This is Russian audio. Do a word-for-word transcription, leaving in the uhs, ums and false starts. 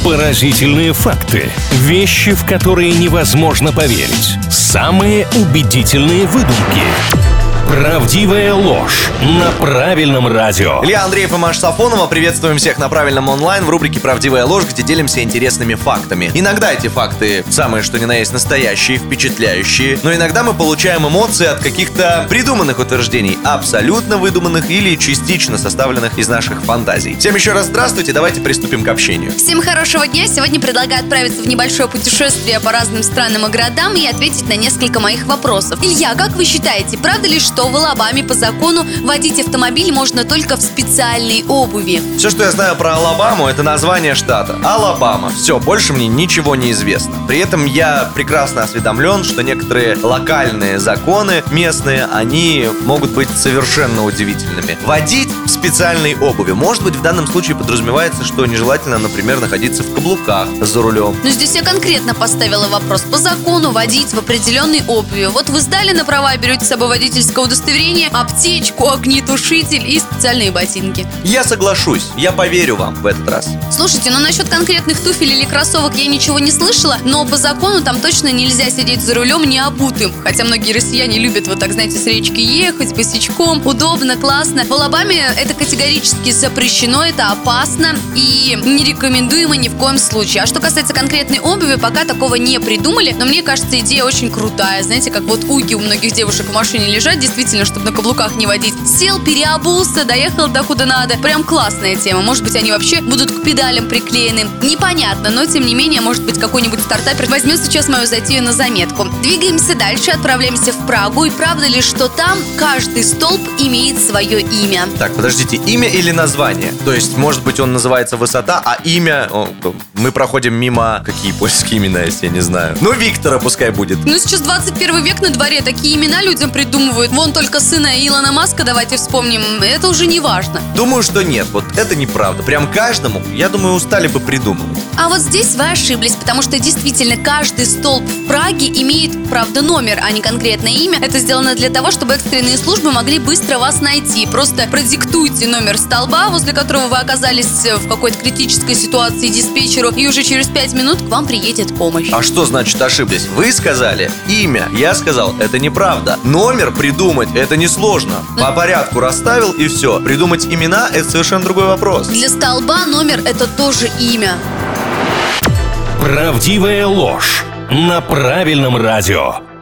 Поразительные факты. Вещи, в которые невозможно поверить. Самые убедительные выдумки. Правдивая ложь на правильном радио. Илья Андреев и Маша Сафонова. Приветствуем всех на правильном онлайн в рубрике «Правдивая ложь», где делимся интересными фактами. Иногда эти факты самые что ни на есть настоящие, впечатляющие, но иногда мы получаем эмоции от каких-то придуманных утверждений, абсолютно выдуманных или частично составленных из наших фантазий. Всем еще раз здравствуйте, давайте приступим к общению. Всем хорошего дня. Сегодня предлагаю отправиться в небольшое путешествие по разным странам и городам и ответить на несколько моих вопросов. Илья, как вы считаете, правда ли, что в Алабаме по закону водить автомобиль можно только в специальной обуви? Все, что я знаю про Алабаму, это название штата. Алабама. Все, больше мне ничего не известно. При этом я прекрасно осведомлен, что некоторые локальные законы местные, они могут быть совершенно удивительными. Водить в специальной обуви. Может быть, в данном случае подразумевается, что нежелательно, например, находиться в каблуках за рулем. Но здесь я конкретно поставила вопрос. По закону водить в определенной обуви. Вот вы сдали на права, берете с собой водительское удостоверение, аптечку, огнетушитель и специальные ботинки. Я соглашусь, я поверю вам в этот раз. Слушайте, ну насчет конкретных туфель или кроссовок я ничего не слышала, но по закону там точно нельзя сидеть за рулем не обутым. Хотя многие россияне любят вот так, знаете, с речки ехать, босичком, удобно, классно. В Алабаме это категорически запрещено, это опасно и не рекомендуемо ни в коем случае. А что касается конкретной обуви, пока такого не придумали, но мне кажется, идея очень крутая. Знаете, как вот уги у многих девушек в машине лежат, действительно, чтобы на каблуках не водить. Сел, переобулся, доехал до куда надо. Прям классная тема. Может быть, они вообще будут к педалям приклеены. Непонятно, но тем не менее, может быть, какой-нибудь стартапер возьмет сейчас мою затею на заметку. Двигаемся дальше, отправляемся в Прагу. И правда ли, что там каждый столб имеет свое имя? Так, подождите, имя или название? То есть, может быть, он называется высота, а имя... О, мы проходим мимо... Какие польские имена есть, я не знаю. Ну, Виктора пускай будет. Ну, сейчас двадцать первый век на дворе. Такие имена людям придумывают. Вон только сына Илона Маска, давайте вспомним. Это уже не важно. Думаю, что нет, вот это неправда. Прям каждому, я думаю, устали бы придумывать. А вот здесь вы ошиблись, потому что действительно каждый столб в Праге имеет, правда, номер, а не конкретное имя. Это сделано для того, чтобы экстренные службы могли быстро вас найти. Просто продиктуйте номер столба, возле которого вы оказались в какой-то критической ситуации диспетчеру, и уже через пять минут к вам приедет помощь. А что значит ошиблись? Вы сказали имя, я сказал, это неправда. Номер придумать это несложно. По порядку расставил и все. Придумать имена это совершенно другой вопрос. Для столба номер это тоже имя. Правдивая ложь на правильном радио.